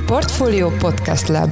Portfolio Podcast Lab.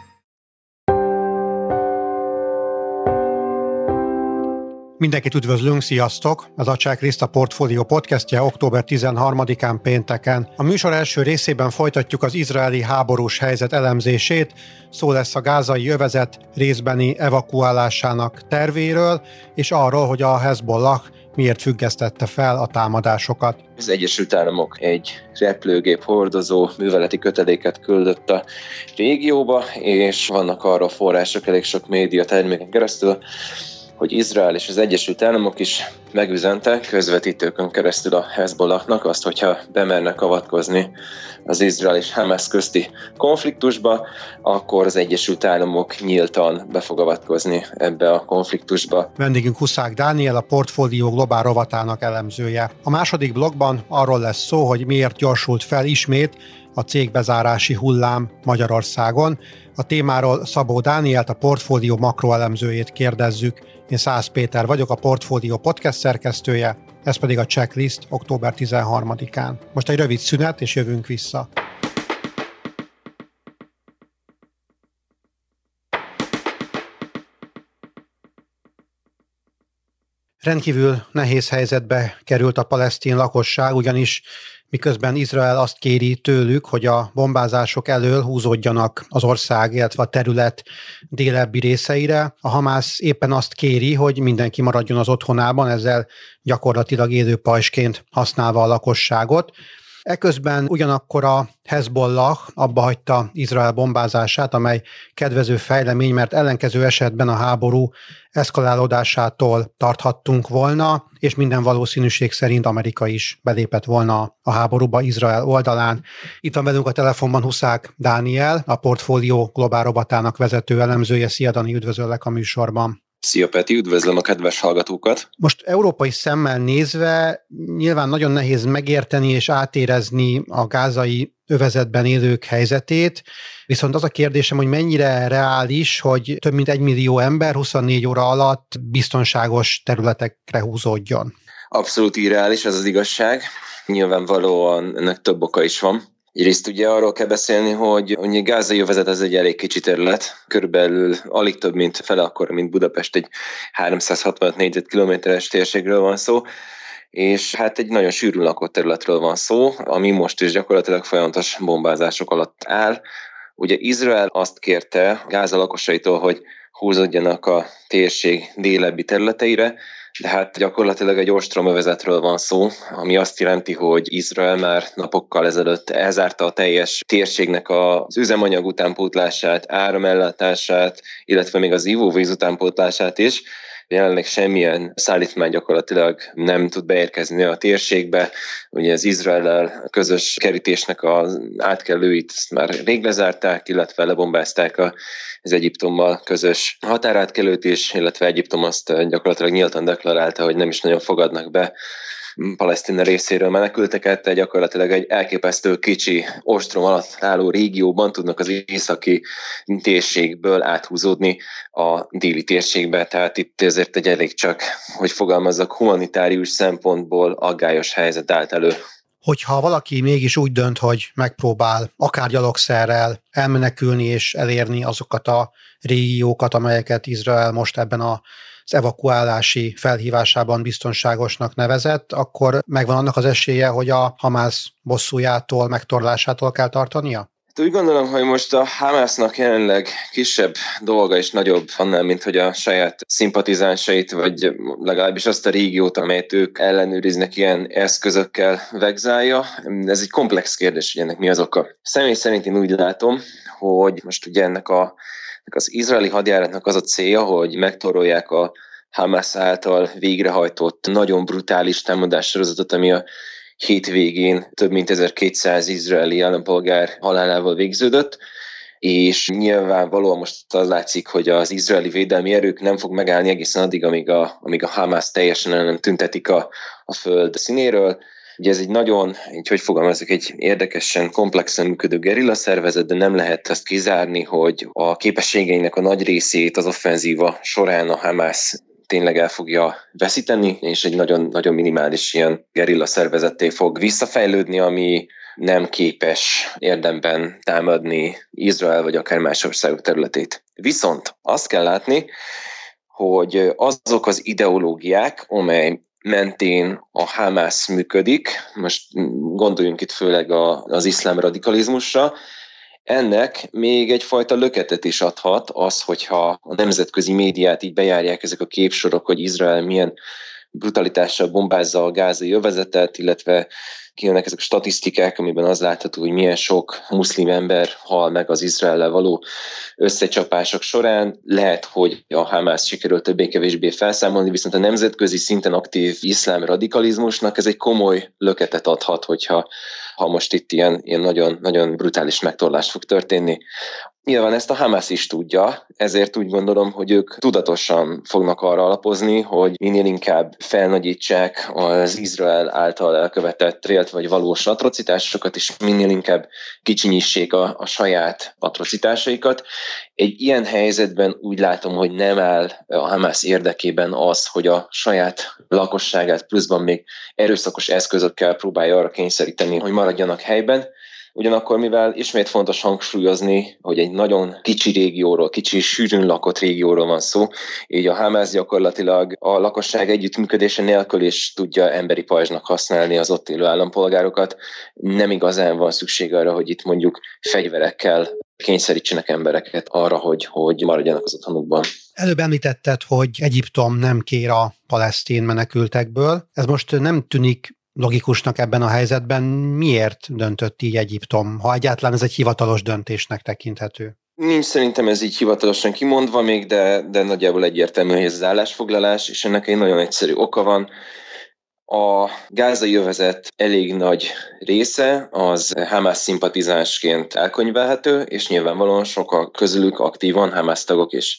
Mindenkit üdvözlünk, sziasztok! Ez a Checklist, a Portfolio podcastje október 13-án pénteken. A műsor első részében folytatjuk az izraeli háborús helyzet elemzését, szó lesz a gázai övezet részbeni evakuálásának tervéről, és arról, hogy a Hezbollah miért függesztette fel a támadásokat. Az Egyesült Államok egy repülőgép hordozó műveleti köteléket küldött a régióba, és vannak arra források elég sok média terméken keresztül, hogy Izrael és az Egyesült Államok is megüzente közvetítőkön keresztül a Hezbollahnak azt, hogyha bemernek avatkozni az Izrael és Hamász közti konfliktusba, akkor az Egyesült Államok nyíltan be fog avatkozni ebbe a konfliktusba. Vendégünk Huszák Dániel, a Portfolio globál rovatának elemzője. A második blogban arról lesz szó, hogy miért gyorsult fel ismét a cégbezárási hullám Magyarországon. A témáról Szabó Dánielt, a Portfolio makroelemzőjét kérdezzük. Én Szász Péter vagyok, a Portfolio podcast szerkesztője, ez pedig a Checklist október 13-án. Most egy rövid szünet, és jövünk vissza. Rendkívül nehéz helyzetbe került a palesztin lakosság, ugyanis miközben Izrael azt kéri tőlük, hogy a bombázások elől húzódjanak az ország, illetve a terület délebbi részeire, a Hamász éppen azt kéri, hogy mindenki maradjon az otthonában, ezzel gyakorlatilag élő pajzsként használva a lakosságot. Eközben ugyanakkor a Hezbollah abbahagyta Izrael bombázását, amely kedvező fejlemény, mert ellenkező esetben a háború eszkalálódásától tarthattunk volna, és minden valószínűség szerint Amerika is belépett volna a háborúba Izrael oldalán. Itt van velünk a telefonban Huszák Dániel, a Portfolio globál rovatának vezető elemzője. Szia Dani, üdvözöllek a műsorban. Szia Peti, üdvözlöm a kedves hallgatókat! Most európai szemmel nézve nyilván nagyon nehéz megérteni és átérezni a gázai övezetben élők helyzetét, viszont az a kérdésem, hogy mennyire reális, hogy több mint 1 millió ember 24 óra alatt biztonságos területekre húzódjon. Abszolút irreális, ez az igazság. Nyilvánvalóan ennek több oka is van. Egyrészt ugye arról kell beszélni, hogy a gázai övezet ez egy elég kicsi terület, körülbelül alig több, mint fele akkora, mint Budapest, egy 365 négyzetkilométeres térségről van szó, és hát egy nagyon sűrűn lakott területről van szó, ami most is gyakorlatilag folyamatos bombázások alatt áll. Ugye Izrael azt kérte Gáza lakosaitól, hogy húzódjanak a térség délebbi területeire, de hát gyakorlatilag egy ostromövezetről van szó, ami azt jelenti, hogy Izrael már napokkal ezelőtt elzárta a teljes térségnek az üzemanyag utánpótlását, áramellátását, illetve még az ivóvíz utánpótlását is. Jelenleg semmilyen szállítmány gyakorlatilag nem tud beérkezni a térségbe. Ugye az Izraellel közös kerítésnek az átkelőit már rég lezárták, illetve lebombázták az Egyiptommal közös határátkelőt is, illetve Egyiptom azt gyakorlatilag nyíltan deklarálta, hogy nem is nagyon fogadnak be Palesztina részéről menekülteket, tehát gyakorlatilag egy elképesztő kicsi ostrom alatt álló régióban tudnak az északi térségből áthúzódni a déli térségbe, tehát itt ezért egy elég csak, hogy fogalmazzak, humanitárius szempontból aggályos helyzet állt elő. Hogyha valaki mégis úgy dönt, hogy megpróbál akár gyalogszerrel elmenekülni és elérni azokat a régiókat, amelyeket Izrael most ebben az evakuálási felhívásában biztonságosnak nevezett, akkor megvan annak az esélye, hogy a Hamász bosszújától, megtorlásától kell tartania? Úgy gondolom, hogy most a Hamásznak jelenleg kisebb dolga is nagyobb annál, mint hogy a saját szimpatizánsait, vagy legalábbis azt a régiót, amelyet ők ellenőriznek, ilyen eszközökkel vegzálja. Ez egy komplex kérdés, hogy ennek mi az oka. Személy szerint én úgy látom, hogy most ugye ennek az izraeli hadjáratnak az a célja, hogy megtorolják a Hamász által végrehajtott nagyon brutális támadássorozatot, ami a hétvégén több mint 1200 izraeli állampolgár halálával végződött, és nyilvánvalóan most az látszik, hogy az izraeli védelmi erők nem fog megállni egészen addig, amíg a Hamász teljesen el nem tüntetik a föld színéről. Ugye ez egy nagyon, hogy fogalmazok, egy érdekesen, komplexen működő gerilla szervezet, de nem lehet azt kizárni, hogy a képességeinek a nagy részét az offenzíva során a Hamász tényleg el fogja veszíteni, és egy nagyon-nagyon minimális ilyen gerilla szervezetté fog visszafejlődni, ami nem képes érdemben támadni Izrael vagy akár más országok területét. Viszont azt kell látni, hogy azok az ideológiák, amely mentén a Hamász működik, most gondoljunk itt főleg az iszlám radikalizmusra, ennek még egyfajta löketet is adhat az, hogyha a nemzetközi médiát így bejárják ezek a képsorok, hogy Izrael milyen brutalitással bombázza a gázai övezetet, illetve kijönnek ezek a statisztikák, amiben az látható, hogy milyen sok muszlim ember hal meg az Izraellel való összecsapások során. Lehet, hogy a Hamász sikerült többé-kevésbé felszámolni, viszont a nemzetközi szinten aktív iszlám radikalizmusnak ez egy komoly löketet adhat, hogyha most itt ilyen nagyon, nagyon brutális megtorlás fog történni. Nyilván ezt a Hamász is tudja, ezért úgy gondolom, hogy ők tudatosan fognak arra alapozni, hogy minél inkább felnagyítsák az Izrael által elkövetett reált vagy valós atrocitásokat, és minél inkább kicsinyissék a saját atrocitásaikat. Egy ilyen helyzetben úgy látom, hogy nem áll a Hamász érdekében az, hogy a saját lakosságát pluszban még erőszakos eszközökkel próbálja arra kényszeríteni, hogy maradjanak helyben. Ugyanakkor, mivel ismét fontos hangsúlyozni, hogy egy nagyon kicsi régióról, kicsi sűrűn lakott régióról van szó, így a Hamász gyakorlatilag a lakosság együttműködése nélkül is tudja emberi pajzsnak használni az ott élő állampolgárokat. Nem igazán van szükség arra, hogy itt mondjuk fegyverekkel kényszerítsenek embereket arra, hogy maradjanak az otthonukban. Előbb említetted, hogy Egyiptom nem kér a palesztin menekültekből. Ez most nem tűnik logikusnak ebben a helyzetben. Miért döntött így Egyiptom, ha egyáltalán ez egy hivatalos döntésnek tekinthető? Nincs szerintem ez így hivatalosan kimondva még, de nagyjából egyértelmű, hogy ez az állásfoglalás, és ennek egy nagyon egyszerű oka van. A gázai övezet elég nagy része az Hamász szimpatizánsként elkönyvelhető, és nyilvánvalóan sokan közülük aktívan Hamász tagok is.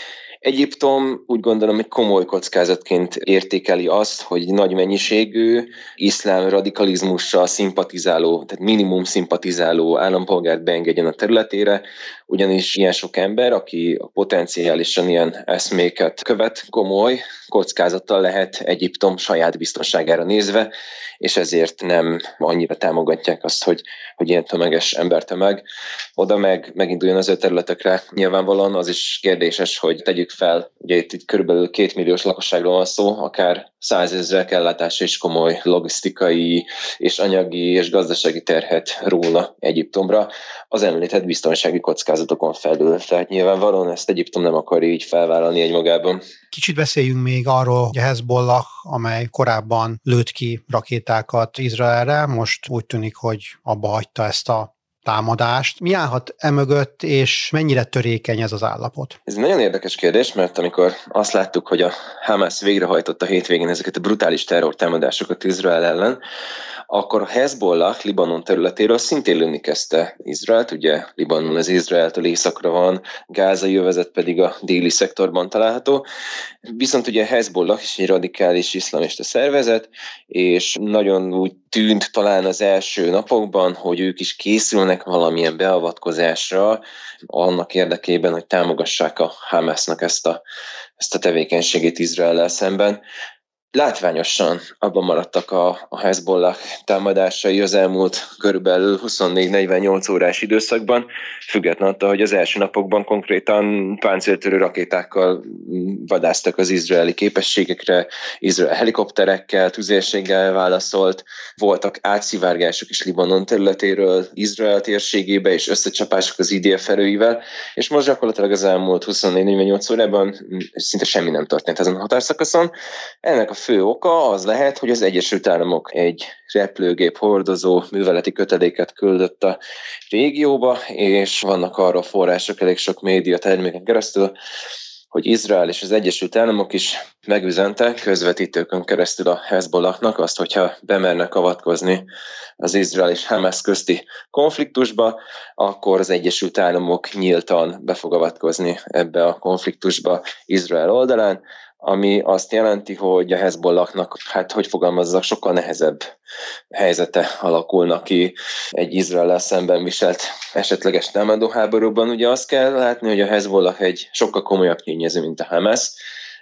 Egyiptom úgy gondolom, hogy komoly kockázatként értékeli azt, hogy nagy mennyiségű iszlám radikalizmussal szimpatizáló, tehát minimum szimpatizáló állampolgárt beengedjen a területére, ugyanis ilyen sok ember, aki potenciálisan ilyen eszméket követ, komoly kockázattal lehet Egyiptom saját biztonságára nézve, és ezért nem annyira támogatják azt, hogy ilyen tömeges embertömeg oda meginduljon az ő területekre. Nyilvánvalóan az is kérdéses, hogy tegyük fel, ugye itt körülbelül 2 milliós lakosságról van szó, akár 100 000 ellátás és komoly logisztikai és anyagi és gazdasági terhet róla Egyiptomra az említett biztonsági kockázatokon felül. Tehát nyilvánvalóan ezt Egyiptom nem akarja így felvállalni egymagában. Kicsit beszéljünk még arról, hogy a Hezbollah, amely korábban lőtt ki rakétákat Izraelre, most úgy tűnik, hogy abba hagyta ezt a támadást. Mi állhat emögött, és mennyire törékeny ez az állapot? Ez egy nagyon érdekes kérdés, mert amikor azt láttuk, hogy a Hamász végrehajtotta hétvégén ezeket a brutális terrortámadásokat Izrael ellen, akkor a Hezbollah Libanon területéről szintén lőni kezdte Izraelt, ugye Libanon az Izraeltől északra van, gázai övezet pedig a déli szektorban található, viszont ugye a Hezbollah is egy radikális iszlamista szervezet, és nagyon úgy tűnt talán az első napokban, hogy ők is készülnek valamilyen beavatkozásra annak érdekében, hogy támogassák a Hamásznak ezt a tevékenységét Izraellel szemben. Látványosan abban maradtak a Hezbollah támadásai az elmúlt körülbelül 24-48 órás időszakban, függetlenül attól, hogy az első napokban konkrétan páncéltörő rakétákkal vadásztak az izraeli képességekre, Izrael helikopterekkel, tüzérséggel válaszolt, voltak átszivárgások is Libanon területéről Izrael térségébe, és összecsapások az IDF erőivel, és most gyakorlatilag az elmúlt 24-48 órában szinte semmi nem történt ezen a határszakaszon. Ennek a fő oka az lehet, hogy az Egyesült Államok egy repülőgép hordozó műveleti köteléket küldött a régióba, és vannak arra források elég sok média terméken keresztül, hogy Izrael és az Egyesült Államok is megüzente közvetítőkön keresztül a Hezbollahnak azt, hogyha bemernek avatkozni az Izrael és Hamász közti konfliktusba, akkor az Egyesült Államok nyíltan be fog avatkozni ebbe a konfliktusba Izrael oldalán, ami azt jelenti, hogy a Hezbollahnak, hogy fogalmazzak, sokkal nehezebb helyzete alakulna ki egy Izraellel szemben viselt esetleges támadóháborúban. Ugye azt kell látni, hogy a Hezbollah egy sokkal komolyabb tényező, mint a Hamász.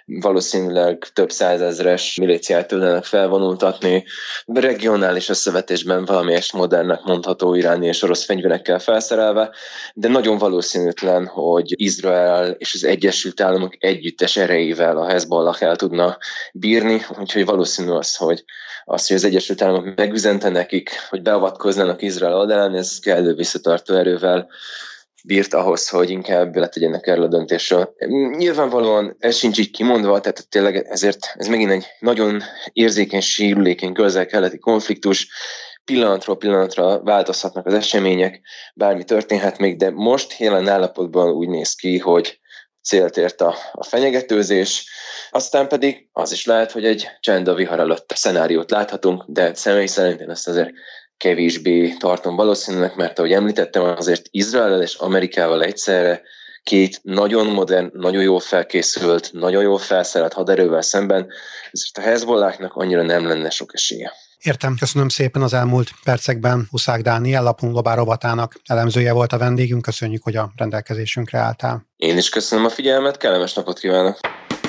valószínűleg több százezres milíciát tudnának felvonultatni, regionális összevetésben valamelyest modernnek mondható iráni és orosz fegyverekkel felszerelve, de nagyon valószínűtlen, hogy Izrael és az Egyesült Államok együttes erejével a Hezbollah el tudna bírni, úgyhogy valószínű az, hogy az Egyesült Államok megüzente nekik, hogy beavatkoznának Izrael oldalán, ez kellő visszatartó erővel bírt ahhoz, hogy inkább letegyenek erről a döntésről. Nyilvánvalóan ez sincs így kimondva, tehát tényleg ezért ez megint egy nagyon érzékeny, sérülékeny közel-keleti konfliktus, pillanatról pillanatra változhatnak az események, bármi történhet még, de most jelen állapotban úgy néz ki, hogy célt ért a fenyegetőzés, aztán pedig az is lehet, hogy egy csend a vihar előtt szenáriót láthatunk, de személy szerint én ezt azért kevésbé tartom valószínűleg, mert ahogy említettem, azért Izrael és Amerikával egyszerre két nagyon modern, nagyon jól felkészült, nagyon jól felszerelt haderővel szemben, ezért a Hezbollahnak annyira nem lenne sok esélye. Értem, köszönöm szépen. Az elmúlt percekben Huszák Dániel, lapunk globál rovatának elemzője volt a vendégünk. Köszönjük, hogy a rendelkezésünkre álltál. Én is köszönöm a figyelmet, kellemes napot kívánok!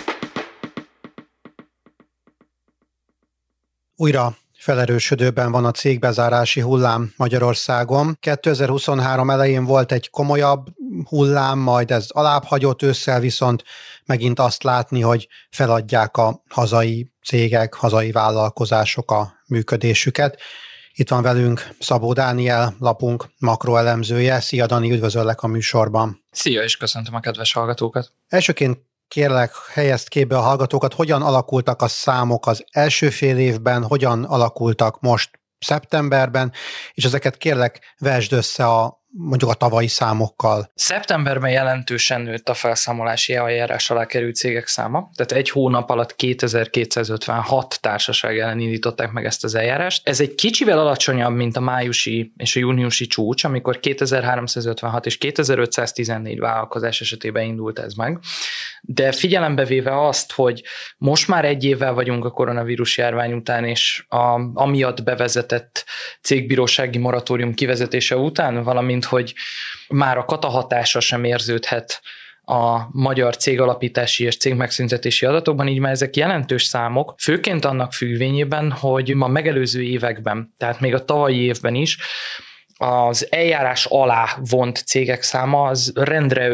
Újra felerősödőben van a cégbezárási hullám Magyarországon. 2023 elején volt egy komolyabb hullám, majd ez alább hagyott, ősszel viszont megint azt látni, hogy feladják a hazai cégek, hazai vállalkozások a működésüket. Itt van velünk Szabó Dániel, lapunk makroelemzője. Szia Dani, üdvözöllek a műsorban. Szia, és köszöntöm a kedves hallgatókat. Elsőként kérlek, helyezd képbe a hallgatókat, hogyan alakultak a számok az első fél évben, hogyan alakultak most szeptemberben, és ezeket kérlek, vesd össze mondjuk a tavalyi számokkal. Szeptemberben jelentősen nőtt a felszámolási eljárás alá került cégek száma, tehát egy hónap alatt 2256 társaság ellen indították meg ezt az eljárást. Ez egy kicsivel alacsonyabb, mint a májusi és a júniusi csúcs, amikor 2356 és 2514 vállalkozás esetében indult ez meg. De figyelembe véve azt, hogy most már egy évvel vagyunk a koronavírus járvány után, és amiatt bevezetett cégbírósági moratórium kivezetése után, valamint hogy már a kata hatása sem érződhet a magyar cégalapítási és cégmegszüntetési adatokban, így már ezek jelentős számok, főként annak függvényében, hogy a megelőző években, tehát még a tavalyi évben is, az eljárás alá vont cégek száma az rendre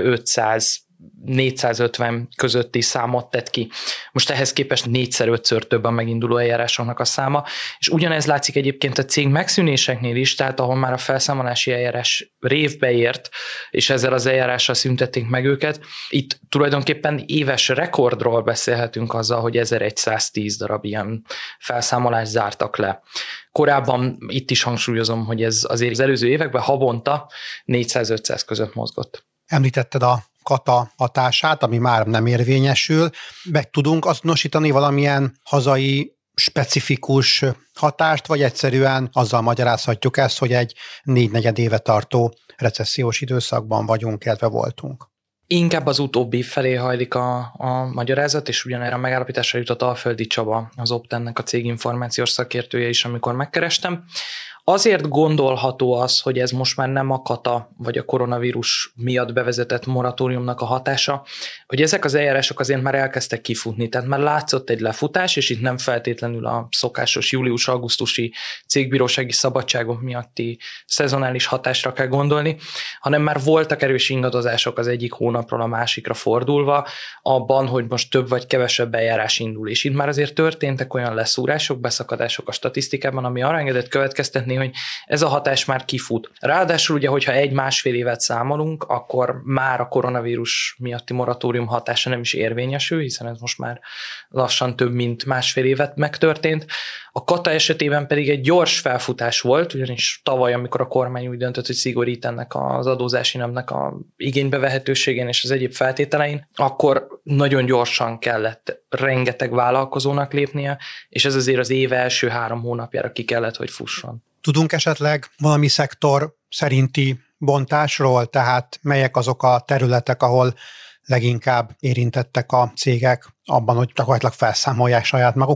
500-450 közötti számot tett ki. Most ehhez képest 4-5-ször több a meginduló eljárásoknak a száma, és ugyanez látszik egyébként a cég megszűnéseknél is, tehát ahol már a felszámolási eljárás révbe ért, és ezzel az eljárással szüntették meg őket. Itt tulajdonképpen éves rekordról beszélhetünk azzal, hogy 1110 darab ilyen felszámolást zártak le. Korábban itt is hangsúlyozom, hogy ez azért az előző években havonta 400-500 között mozgott. Említetted a kata hatását, ami már nem érvényesül. Meg tudunk azonosítani valamilyen hazai specifikus hatást, vagy egyszerűen azzal magyarázhatjuk ezt, hogy egy 4-4 éve tartó recessziós időszakban vagyunk, illetve voltunk? Inkább az utóbbi felé hajlik a magyarázat, és ugyanerre a megállapításra jutott Alföldi Csaba, az Optennek a céginformációs szakértője is, amikor megkerestem. Azért gondolható az, hogy ez most már nem a kata vagy a koronavírus miatt bevezetett moratóriumnak a hatása, hogy ezek az eljárások azért már elkezdtek kifutni, tehát már látszott egy lefutás, és itt nem feltétlenül a szokásos július-augusztusi cégbírósági szabadságok miatti szezonális hatásra kell gondolni, hanem már voltak erős ingadozások az egyik hónapról a másikra fordulva, abban, hogy most több vagy kevesebb eljárás indul, és itt már azért történtek olyan leszúrások, beszakadások a statisztikában, ami arra engedett következtetni, hogy ez a hatás már kifut. Ráadásul ugye, hogyha 1-1,5 évet számolunk, akkor már a koronavírus miatti moratórium hatása nem is érvényesül, hiszen ez most már lassan több mint 1,5 évet megtörtént. A kata esetében pedig egy gyors felfutás volt, ugyanis tavaly, amikor a kormány úgy döntött, hogy szigorít ennek az adózási nemnek a igénybevehetőségén és az egyéb feltételein, akkor nagyon gyorsan kellett rengeteg vállalkozónak lépnie, és ez azért az év első 3 hónapjára ki kellett, hogy fusson. Tudunk esetleg valami szektor szerinti bontásról, tehát melyek azok a területek, ahol leginkább érintettek a cégek abban, hogy gyakorlatilag felszámolják saját magukat?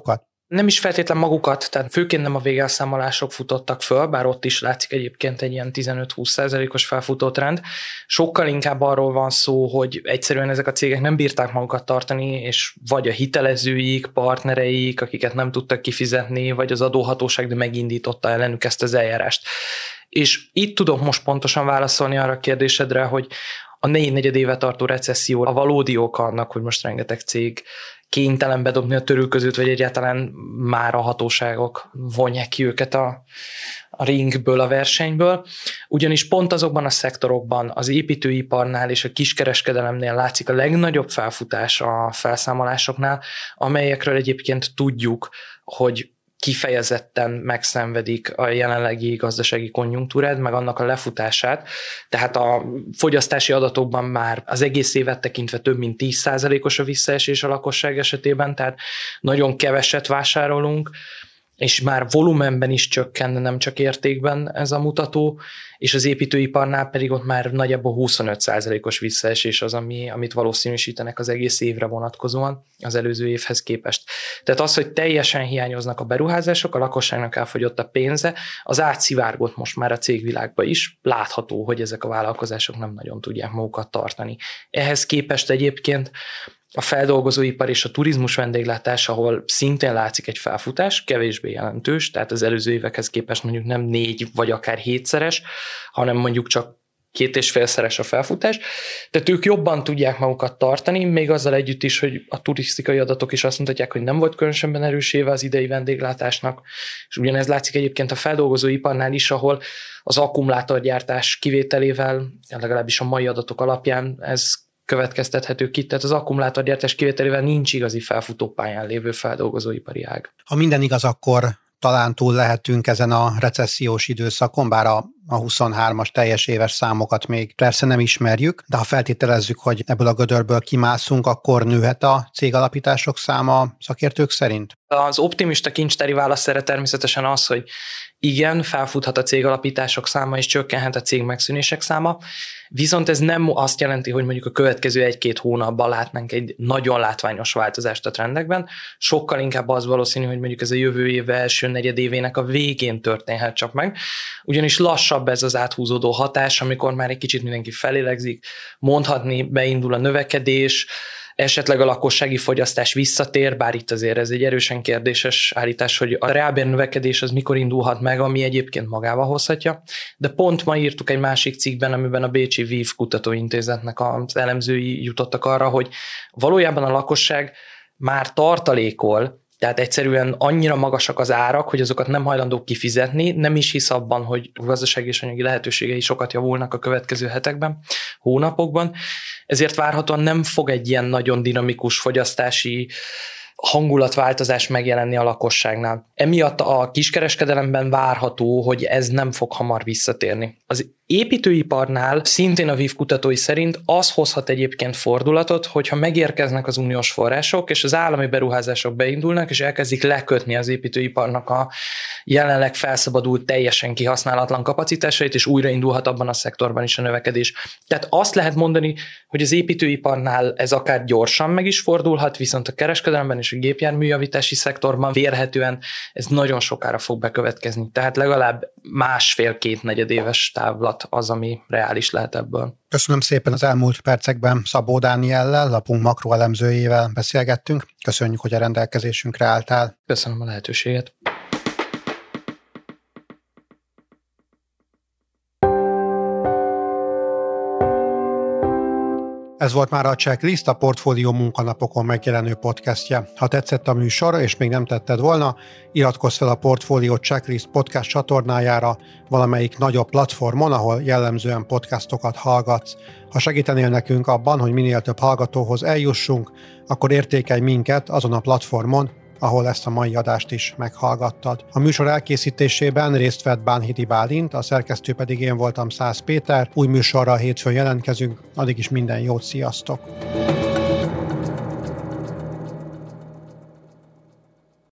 Nem is feltétlen magukat, tehát főként nem a végelszámolások futottak föl, bár ott is látszik egyébként egy ilyen 15-20%-os felfutó trend. Sokkal inkább arról van szó, hogy egyszerűen ezek a cégek nem bírták magukat tartani, és vagy a hitelezőik, partnereik, akiket nem tudtak kifizetni, vagy az adóhatóság, de megindította ellenük ezt az eljárást. És itt tudok most pontosan válaszolni arra a kérdésedre, hogy a 4 éve tartó recesszió a valódi oka annak, hogy most rengeteg cég kénytelen bedobni a törülközőt, vagy egyáltalán már a hatóságok vonják ki őket a ringből, a versenyből. Ugyanis pont azokban a szektorokban, az építőiparnál és a kiskereskedelemnél látszik a legnagyobb felfutás a felszámolásoknál, amelyekről egyébként tudjuk, hogy kifejezetten megszenvedik a jelenlegi gazdasági konjunktúrát, meg annak a lefutását. Tehát a fogyasztási adatokban már az egész évet tekintve több mint 10%-os a visszaesés a lakosság esetében, tehát nagyon keveset vásárolunk, és már volumenben is csökken, nem csak értékben ez a mutató, és az építőiparnál pedig ott már nagyjából 25%-os visszaesés az, amit valószínűsítenek az egész évre vonatkozóan az előző évhez képest. Tehát az, hogy teljesen hiányoznak a beruházások, a lakosságnak elfogyott a pénze, az átszivárgott most már a cégvilágba is, látható, hogy ezek a vállalkozások nem nagyon tudják magukat tartani. Ehhez képest egyébként a feldolgozóipar és a turizmus vendéglátás, ahol szintén látszik egy felfutás, kevésbé jelentős, tehát az előző évekhez képest mondjuk nem 4 vagy akár 7-szeres, hanem mondjuk csak 2,5-szeres a felfutás. Tehát ők jobban tudják magukat tartani, még azzal együtt is, hogy a turisztikai adatok is azt mutatják, hogy nem volt különösebben erős éve az idei vendéglátásnak, és ugyanez látszik egyébként a feldolgozóiparnál is, ahol az akkumulátorgyártás kivételével, legalábbis a mai adatok alapján ez következtethető ki, tehát az akkumulátorgyártás kivételével nincs igazi felfutópályán lévő feldolgozóipari ág. Ha minden igaz, akkor talán túl lehetünk ezen a recessziós időszakon, bár a 23-as teljes éves számokat még persze nem ismerjük, de ha feltételezzük, hogy ebből a gödörből kimászunk, akkor nőhet a cégalapítások száma szakértők szerint? Az optimista kincstári válasz erre természetesen az, hogy igen, felfuthat a cégalapítások száma, és csökkenhet a cég megszűnések száma, viszont ez nem azt jelenti, hogy mondjuk a következő 1-2 hónapban látnánk egy nagyon látványos változást a trendekben, sokkal inkább az valószínű, hogy mondjuk ez a jövő év első negyedévének a végén történhet csak meg, ugyanis lassabb ez az áthúzódó hatás, amikor már egy kicsit mindenki felélegzik, mondhatni beindul a növekedés, esetleg a lakossági fogyasztás visszatér, bár itt azért ez egy erősen kérdéses állítás, hogy a reálbérnövekedés az mikor indulhat meg, ami egyébként magával hozhatja. De pont ma írtuk egy másik cikkben, amiben a Bécsi VIV kutatóintézetnek az elemzői jutottak arra, hogy valójában a lakosság már tartalékol, tehát egyszerűen annyira magasak az árak, hogy azokat nem hajlandók kifizetni, nem is hisz abban, hogy a gazdasági és anyagi lehetőségei sokat javulnak a következő hetekben, hónapokban. Ezért várhatóan nem fog egy ilyen nagyon dinamikus fogyasztási hangulatváltozás megjelenni a lakosságnál. Emiatt a kiskereskedelemben várható, hogy ez nem fog hamar visszatérni. Az építőiparnál szintén a VIV kutatói szerint az hozhat egyébként fordulatot, hogyha megérkeznek az uniós források, és az állami beruházások beindulnak, és elkezdik lekötni az építőiparnak a jelenleg felszabadult, teljesen kihasználatlan kapacitásait, és újraindulhat abban a szektorban is a növekedés. Tehát azt lehet mondani, hogy az építőiparnál ez akár gyorsan meg is fordulhat, viszont a kereskedelemben és a gépjárműjavítási szektorban vérhetően ez nagyon sokára fog bekövetkezni. Tehát legalább 1,5-2 negyedéves távlat az, ami reális lehet ebből. Köszönöm szépen, az elmúlt percekben Szabó Dániellel, lapunk makroelemzőjével beszélgettünk. Köszönjük, hogy a rendelkezésünkre álltál. Köszönöm a lehetőséget. Ez volt már a Checklist, a Portfólió munkanapokon megjelenő podcastje. Ha tetszett a műsor, és még nem tetted volna, iratkozz fel a Portfólió Checklist podcast csatornájára valamelyik nagyobb platformon, ahol jellemzően podcastokat hallgatsz. Ha segítenél nekünk abban, hogy minél több hallgatóhoz eljussunk, akkor értékelj minket azon a platformon, ahol ezt a mai adást is meghallgattad. A műsor elkészítésében részt vett Bánhidi Bálint, a szerkesztő pedig én voltam, Szász Péter. Új műsorral hétfőn jelentkezünk, addig is minden jót, sziasztok!